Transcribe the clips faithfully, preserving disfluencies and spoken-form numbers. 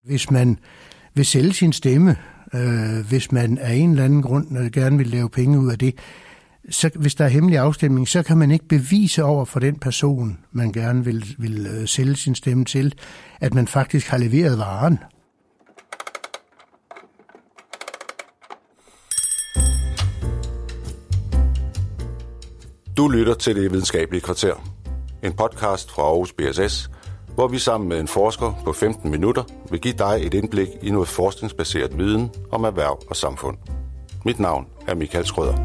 Hvis man vil sælge sin stemme, øh, hvis man af en eller anden grund gerne vil lave penge ud af det, så hvis der er hemmelig afstemning, så kan man ikke bevise over for den person, man gerne vil, vil øh, sælge sin stemme til, at man faktisk har leveret varen. Du lytter til Det Videnskabelige Kvarter, en podcast fra Aarhus B S S, hvor vi sammen med en forsker på femten minutter vil give dig et indblik i noget forskningsbaseret viden om erhverv og samfund. Mit navn er Michael Schrøder.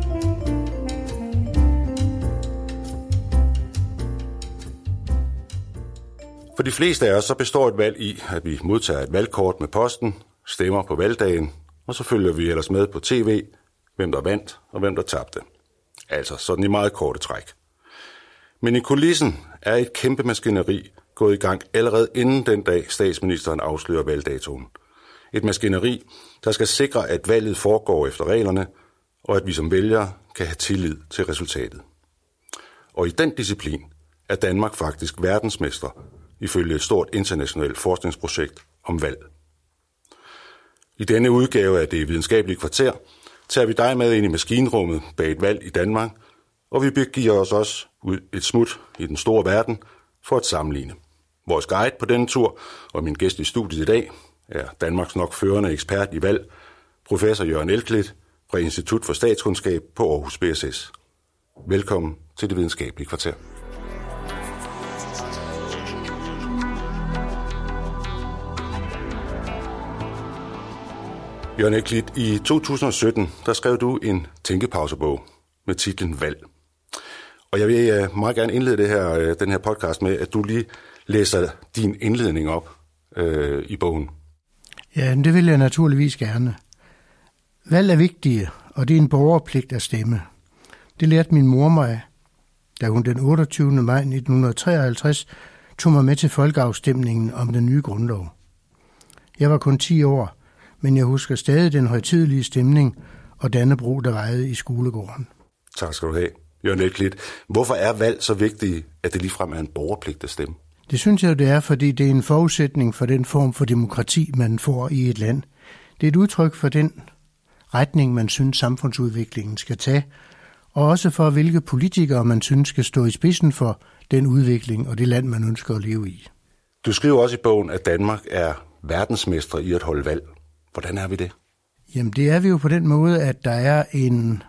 For de fleste af os så består et valg i, at vi modtager et valgkort med posten, stemmer på valgdagen, og så følger vi ellers med på tv, hvem der vandt og hvem der tabte. Altså sådan i meget korte træk. Men i kulissen er et kæmpe maskineri gået i gang allerede inden den dag statsministeren afslører valgdatoen. Et maskineri, der skal sikre, at valget foregår efter reglerne, og at vi som vælgere kan have tillid til resultatet. Og i den disciplin er Danmark faktisk verdensmester ifølge et stort internationalt forskningsprojekt om valg. I denne udgave af Det Videnskabelige Kvarter tager vi dig med ind i maskinrummet bag et valg i Danmark, og vi begiver os også ud et smut i den store verden for at sammenligne. Vores guide på denne tur og min gæst i studiet i dag er Danmarks nok førende ekspert i valg, professor Jørgen Elklit fra Institut for Statskundskab på Aarhus B S S. Velkommen til Det Videnskabelige Kvarter. Jørgen Elklit, i to tusind og sytten der skrev du en tænkepausebog med titlen Valg. Og jeg vil meget gerne indlede det her, den her podcast med, at du lige læser din indledning op øh, i bogen. Ja, det vil jeg naturligvis gerne. Valg er vigtige, og det er en borgerpligt at stemme. Det lærte min mor mig, da hun den otteogtyvende maj nitten treoghalvtreds tog mig med til folkeafstemningen om den nye grundlov. Jeg var kun ti år, men jeg husker stadig den højtidelige stemning og Dannebrog, der vejede i skolegården. Tak skal du have, Jørgen Elklit. Hvorfor er valg så vigtigt, at det ligefrem er en borgerpligt at stemme? Det synes jeg, det er, fordi det er en forudsætning for den form for demokrati, man får i et land. Det er et udtryk for den retning, man synes, samfundsudviklingen skal tage, og også for, hvilke politikere man synes skal stå i spidsen for den udvikling og det land, man ønsker at leve i. Du skriver også i bogen, at Danmark er verdensmestre i at holde valg. Hvordan er vi det? Jamen, det er vi jo på den måde, at der er en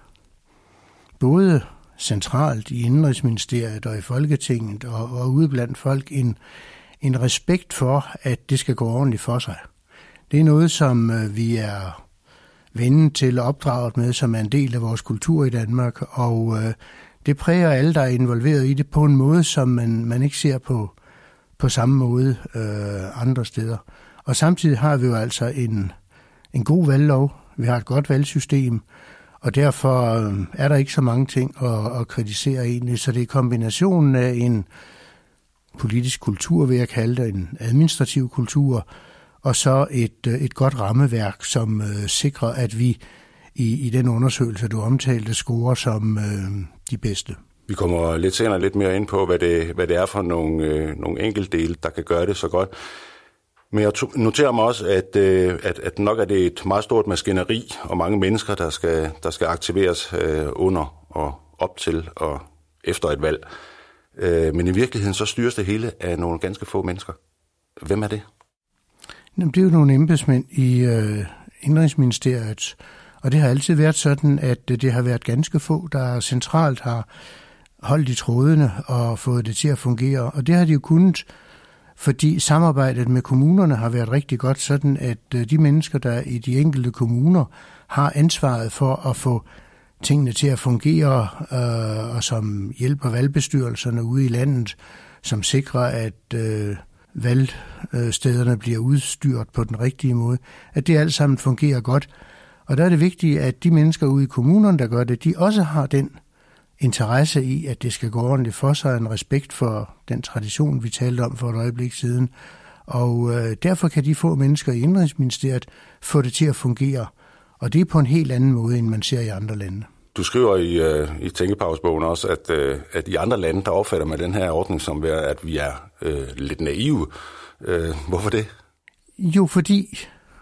både centralt i Indenrigsministeriet og i Folketinget og, og ude blandt folk en, en respekt for, at det skal gå ordentligt for sig. Det er noget, som øh, vi er vennet til og opdraget med, som er en del af vores kultur i Danmark, og øh, det præger alle, der er involveret i det på en måde, som man, man ikke ser på, på samme måde øh, andre steder. Og samtidig har vi jo altså en, en god valglov, vi har et godt valgsystem, og derfor er der ikke så mange ting at, at kritisere egentlig. Så det er kombinationen af en politisk kultur, vil jeg kalde det, en administrativ kultur, og så et, et godt rammeværk, som uh, sikrer, at vi i, i den undersøgelse, du omtalte, scorer som uh, de bedste. Vi kommer lidt senere lidt mere ind på, hvad det, hvad det er for nogle, øh, nogle enkeltdele, der kan gøre det så godt. Men jeg noterer mig også, at, at, at nok er det et meget stort maskineri og mange mennesker, der skal, der skal aktiveres under og op til og efter et valg. Men i virkeligheden så styres det hele af nogle ganske få mennesker. Hvem er det? Det er jo nogle embedsmænd i uh, Indenrigsministeriet, og det har altid været sådan, at det har været ganske få, der centralt har holdt i trådene og fået det til at fungere. Og det har de jo kunnet, fordi samarbejdet med kommunerne har været rigtig godt, sådan at de mennesker, der i de enkelte kommuner har ansvaret for at få tingene til at fungere, øh, og som hjælper valgbestyrelserne ude i landet, som sikrer, at øh, valgstederne bliver udstyret på den rigtige måde, at det alt sammen fungerer godt. Og der er det vigtigt, at de mennesker ude i kommunerne, der gør det, de også har den interesse i, at det skal gå ordentligt for sig, en respekt for den tradition, vi talte om for et øjeblik siden. Og øh, derfor kan de få mennesker i Indenrigsministeriet få det til at fungere. Og det er på en helt anden måde, end man ser i andre lande. Du skriver i, øh, i tænkepausebogen også, at, øh, at i andre lande, der opfatter man den her ordning som, at vi er øh, lidt naive. Øh, hvorfor det? Jo, fordi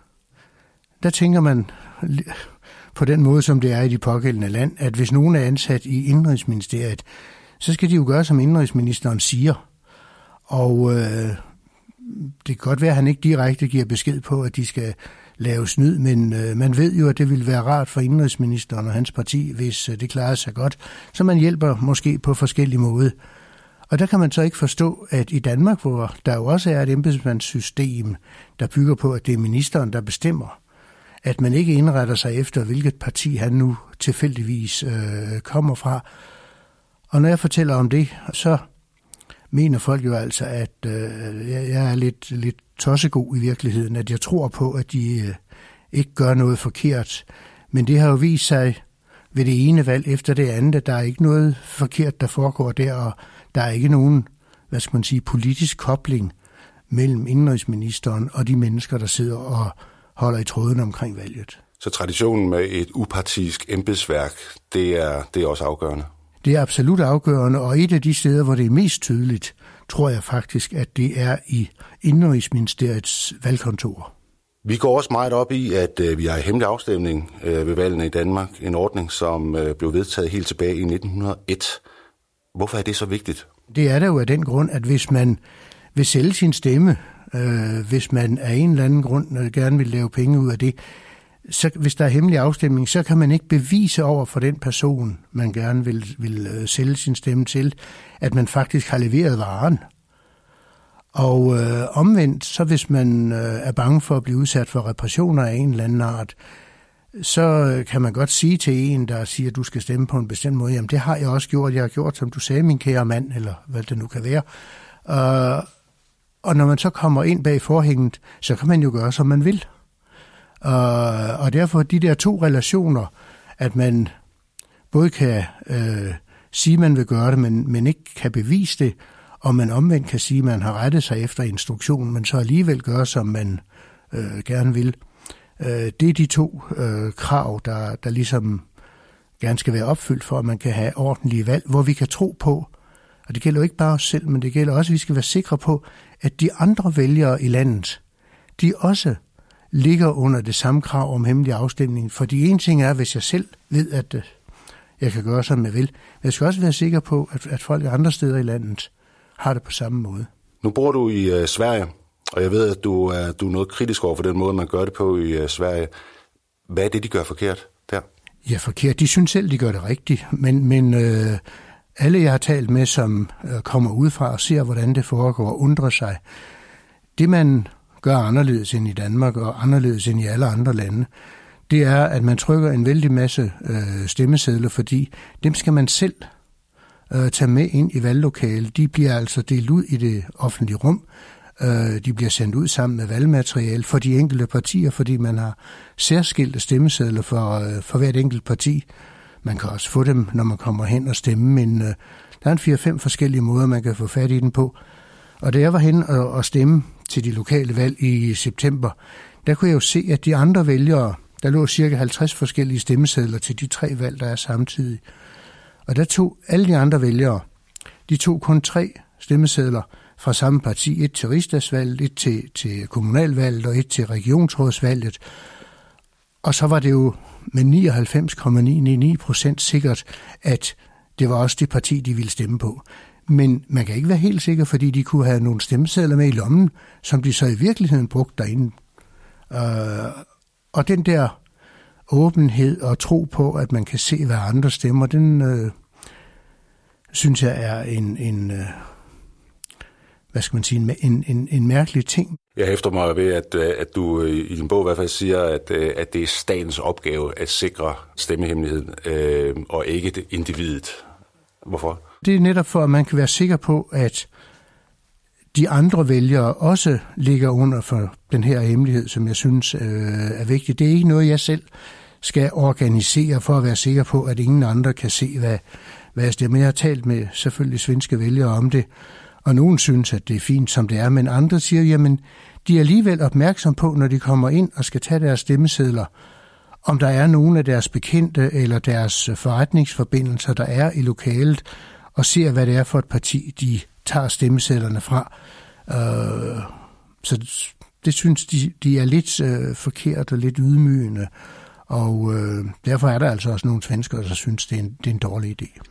der tænker man på den måde, som det er i de pågældende land, at hvis nogen er ansat i Indrigsministeriet, så skal de jo gøre, som indrigsministeren siger. Og øh, det kan godt være, at han ikke direkte giver besked på, at de skal lave snyd, men øh, man ved jo, at det ville være rart for indrigsministeren og hans parti, hvis øh, det klarer sig godt, så man hjælper måske på forskellige måder. Og der kan man så ikke forstå, at i Danmark, hvor der jo også er et embedsmandssystem, der bygger på, at det er ministeren, der bestemmer, at man ikke indretter sig efter, hvilket parti han nu tilfældigvis øh, kommer fra. Og når jeg fortæller om det, så mener folk jo altså, at øh, jeg er lidt, lidt tossegod i virkeligheden, at jeg tror på, at de øh, ikke gør noget forkert. Men det har jo vist sig ved det ene valg efter det andet, at der er ikke noget forkert, der foregår der, og der er ikke nogen, hvad skal man sige, politisk kobling mellem indrigsministeren og de mennesker, der sidder og holder i tråden omkring valget. Så traditionen med et upartisk embedsværk, det er, det er også afgørende? Det er absolut afgørende, og et af de steder, hvor det er mest tydeligt, tror jeg faktisk, at det er i Indrigsministeriets valgkontor. Vi går også meget op i, at vi har hemmelig afstemning ved valgene i Danmark. En ordning, som blev vedtaget helt tilbage i nitten hundrede og et. Hvorfor er det så vigtigt? Det er der jo af den grund, at hvis man vil sælge sin stemme, øh, hvis man af en eller anden grund gerne vil lave penge ud af det, så hvis der er hemmelig afstemning, så kan man ikke bevise over for den person, man gerne vil, vil sælge sin stemme til, at man faktisk har leveret varen. Og øh, omvendt, så hvis man øh, er bange for at blive udsat for repressioner af en eller anden art, så kan man godt sige til en, der siger, at du skal stemme på en bestemt måde, jamen det har jeg også gjort, jeg har gjort, som du sagde, min kære mand, eller hvad det nu kan være. Uh, og når man så kommer ind bag forhænget, så kan man jo gøre, som man vil. Uh, og derfor de der to relationer, at man både kan uh, sige, at man vil gøre det, men, men ikke kan bevise det, og man omvendt kan sige, at man har rettet sig efter instruktionen, men så alligevel gør, som man uh, gerne vil. Det er de to øh, krav, der, der ligesom gerne skal være opfyldt for, at man kan have ordentlige valg, hvor vi kan tro på, og det gælder jo ikke bare os selv, men det gælder også, at vi skal være sikre på, at de andre vælgere i landet, de også ligger under det samme krav om hemmelig afstemning. Fordi en ting er, hvis jeg selv ved, at øh, jeg kan gøre, som jeg vil, men jeg skal også være sikker på, at, at folk andre steder i landet har det på samme måde. Nu bor du i øh, Sverige. Og jeg ved, at du er, du er noget kritisk over for den måde, man gør det på i uh, Sverige. Hvad er det, de gør forkert der? Ja, forkert. De synes selv, de gør det rigtigt. Men, men øh, alle, jeg har talt med, som øh, kommer udefra og ser, hvordan det foregår, undrer sig. Det, man gør anderledes end i Danmark og anderledes end i alle andre lande, det er, at man trykker en vældig masse øh, stemmesedler, fordi dem skal man selv øh, tage med ind i valglokalet. De bliver altså delt ud i det offentlige rum. De bliver sendt ud sammen med valgmateriale for de enkelte partier, fordi man har særskilte stemmesedler for, for hvert enkelt parti. Man kan også få dem, når man kommer hen og stemme, men der er en fire-fem forskellige måder, man kan få fat i den på. Og da jeg var hen og stemme til de lokale valg i september, der kunne jeg jo se, at de andre vælgere, der lå cirka halvtreds forskellige stemmesedler til de tre valg, der er samtidig. Og der tog alle de andre vælgere, de tog kun tre stemmesedler fra samme parti, et til rigsdagsvalget, et til, til kommunalvalget og et til regionsrådsvalget. Og så var det jo med nioghalvfems komma ni ni ni procent sikkert, at det var også det parti, de ville stemme på. Men man kan ikke være helt sikker, fordi de kunne have nogle stemmesedler med i lommen, som de så i virkeligheden brugte derinde. Uh, og den der åbenhed og tro på, at man kan se, hvad andre stemmer, den uh, synes jeg er en... en uh, hvad skal man sige, en, en, en mærkelig ting. Jeg hæfter mig ved, at, at du i din bog i hvert fald siger, at, at det er statens opgave at sikre stemmehemmeligheden, øh, og ikke det individet. Hvorfor? Det er netop for, at man kan være sikker på, at de andre vælgere også ligger under for den her hemmelighed, som jeg synes øh, er vigtig. Det er ikke noget, jeg selv skal organisere for at være sikker på, at ingen andre kan se, hvad, hvad jeg stemmer. Jeg har talt med selvfølgelig svenske vælgere om det, og nogen synes, at det er fint, som det er, men andre siger, jamen, de er alligevel opmærksom på, når de kommer ind og skal tage deres stemmesedler, om der er nogle af deres bekendte eller deres forretningsforbindelser, der er i lokalet, og ser, hvad det er for et parti, de tager stemmesedlerne fra. Øh, så det synes de, de er lidt øh, forkert og lidt ydmygende, og øh, derfor er der altså også nogle svenskere, der synes, det er en, det er en dårlig idé.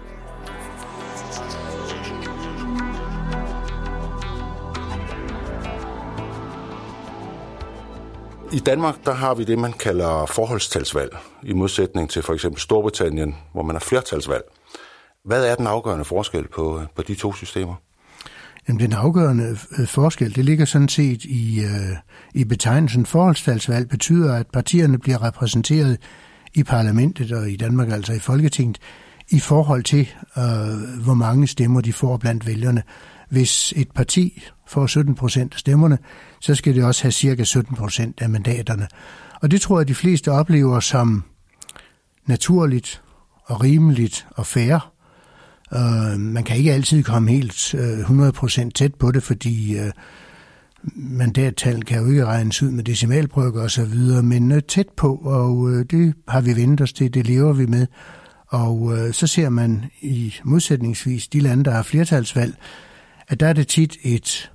I Danmark, der har vi det, man kalder forholdstalsvalg, i modsætning til for eksempel Storbritannien, hvor man har flertalsvalg. Hvad er den afgørende forskel på, på de to systemer? Jamen, den afgørende forskel, det ligger sådan set i, øh, i betegnelsen forholdstalsvalg, betyder, at partierne bliver repræsenteret i parlamentet og i Danmark, altså i Folketinget, i forhold til, øh, hvor mange stemmer de får blandt vælgerne. Hvis et parti får sytten procent af stemmerne, så skal det også have cirka sytten procent af mandaterne. Og det tror jeg, de fleste oplever som naturligt og rimeligt og fair. Uh, man kan ikke altid komme helt uh, hundrede procent tæt på det, fordi uh, mandattallet kan jo ikke regnes ud med decimalbrøker og så videre, men uh, tæt på, og uh, det har vi vendt os til, det lever vi med. Og uh, så ser man i modsætningsvis de lande, der har flertalsvalg, at der er det tit et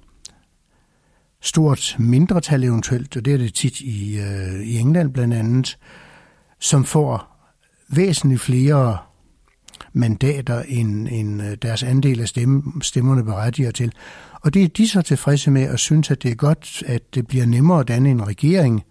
stort mindretal eventuelt, og det er det tit i, uh, i England blandt andet, som får væsentligt flere mandater, end, end deres andel af stemme, stemmerne berettiger til. Og det er de så tilfredse med og synes, at det er godt, at det bliver nemmere at danne en regering,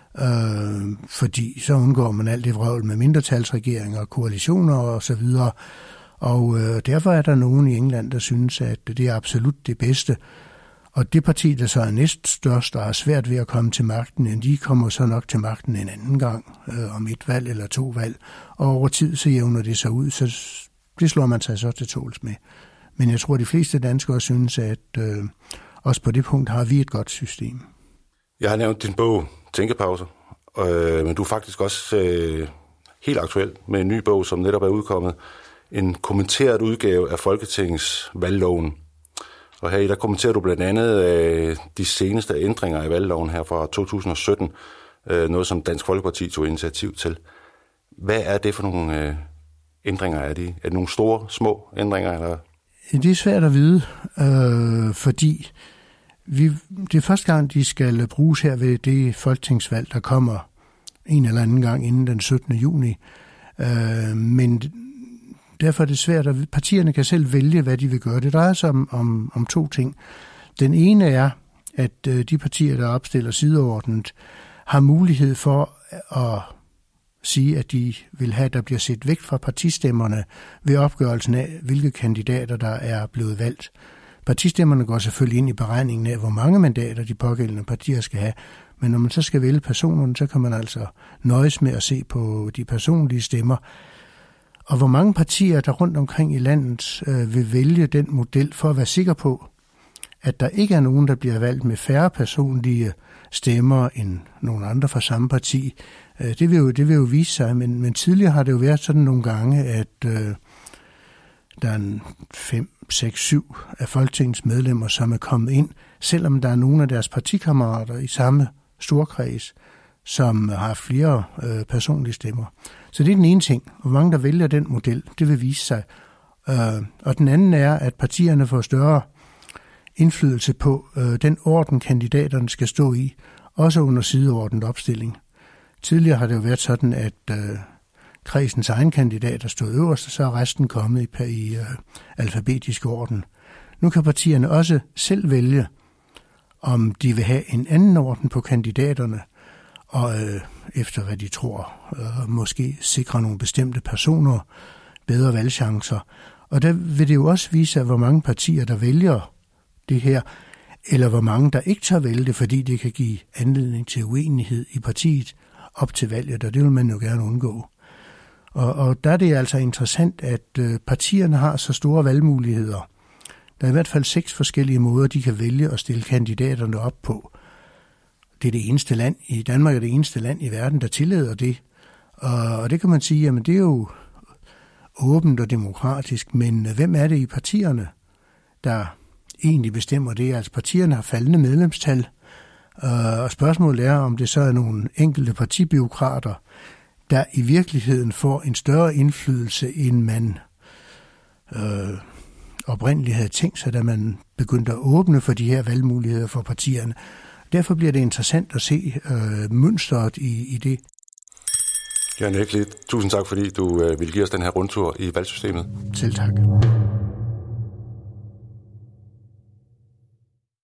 øh, fordi så undgår man alt det vrøvl med mindretalsregeringer og koalitioner og så videre. Og øh, derfor er der nogen i England, der synes, at det er absolut det bedste. Og det parti, der så er næststørst og har svært ved at komme til magten, de kommer så nok til magten en anden gang, øh, om et valg eller to valg. Og over tid så jævner det sig ud, så det slår man sig så til tåls med. Men jeg tror, de fleste danskere synes, at øh, også på det punkt har vi et godt system. Jeg har nævnt din bog, Tænkepauser, øh, men du er faktisk også øh, helt aktuel med en ny bog, som netop er udkommet. En kommenteret udgave af Folketingets valgloven. Og her i der kommenterer du blandt andet øh, de seneste ændringer i valgloven her fra to tusind og sytten, øh, noget som Dansk Folkeparti tog initiativ til. Hvad er det for nogle øh, ændringer? Er, de, er det nogle store, små ændringer? Eller? Det er svært at vide, øh, fordi vi, det er første gang, de skal bruges her ved det folketingsvalg, der kommer en eller anden gang inden den syttende juni. Øh, men derfor er det svært, at partierne kan selv vælge, hvad de vil gøre. Det drejer sig om, om, om to ting. Den ene er, at de partier, der opstiller sideordnet, har mulighed for at sige, at de vil have, at der bliver set væk fra partistemmerne ved opgørelsen af, hvilke kandidater, der er blevet valgt. Partistemmerne går selvfølgelig ind i beregningen af, hvor mange mandater de pågældende partier skal have, men når man så skal vælge personerne, så kan man altså nøjes med at se på de personlige stemmer. Og hvor mange partier, der rundt omkring i landet øh, vil vælge den model for at være sikker på, at der ikke er nogen, der bliver valgt med færre personlige stemmer end nogle andre fra samme parti. Øh, det, vil jo, det vil jo vise sig, men, men tidligere har det jo været sådan nogle gange, at øh, der er en fem, seks, syv af Folketingets medlemmer, som er kommet ind, selvom der er nogle af deres partikammerater i samme storkreds, som har flere øh, personlige stemmer. Så det er den ene ting. Hvor mange der vælger den model, det vil vise sig. Øh, og den anden er, at partierne får større indflydelse på øh, den orden, kandidaterne skal stå i, også under sideordnet opstilling. Tidligere har det jo været sådan, at øh, kredsens egen kandidater stod øverst, og så er resten kommet i, i øh, alfabetisk orden. Nu kan partierne også selv vælge, om de vil have en anden orden på kandidaterne, og øh, efter hvad de tror, øh, måske sikre nogle bestemte personer bedre valgchancer. Og der vil det jo også vise, hvor mange partier, der vælger det her, eller hvor mange, der ikke tør vælge det, fordi det kan give anledning til uenighed i partiet op til valget, og det vil man jo gerne undgå. Og, og der er det altså interessant, at øh, partierne har så store valgmuligheder. Der er i hvert fald seks forskellige måder, de kan vælge at stille kandidaterne op på. Det er det eneste land, i Danmark er det eneste land i verden, der tillader det. Og det kan man sige, jamen det er jo åbent og demokratisk, men hvem er det i partierne, der egentlig bestemmer det? Altså partierne har faldende medlemstal, og spørgsmålet er, om det så er nogle enkelte partibureaukrater, der i virkeligheden får en større indflydelse, end man øh, oprindeligt havde tænkt sig, da man begyndte at åbne for de her valgmuligheder for partierne. Derfor bliver det interessant at se øh, mønstret i, i det. Jørgen Eklit, tusind tak, fordi du øh, ville give os den her rundtur i valgsystemet. Selv tak.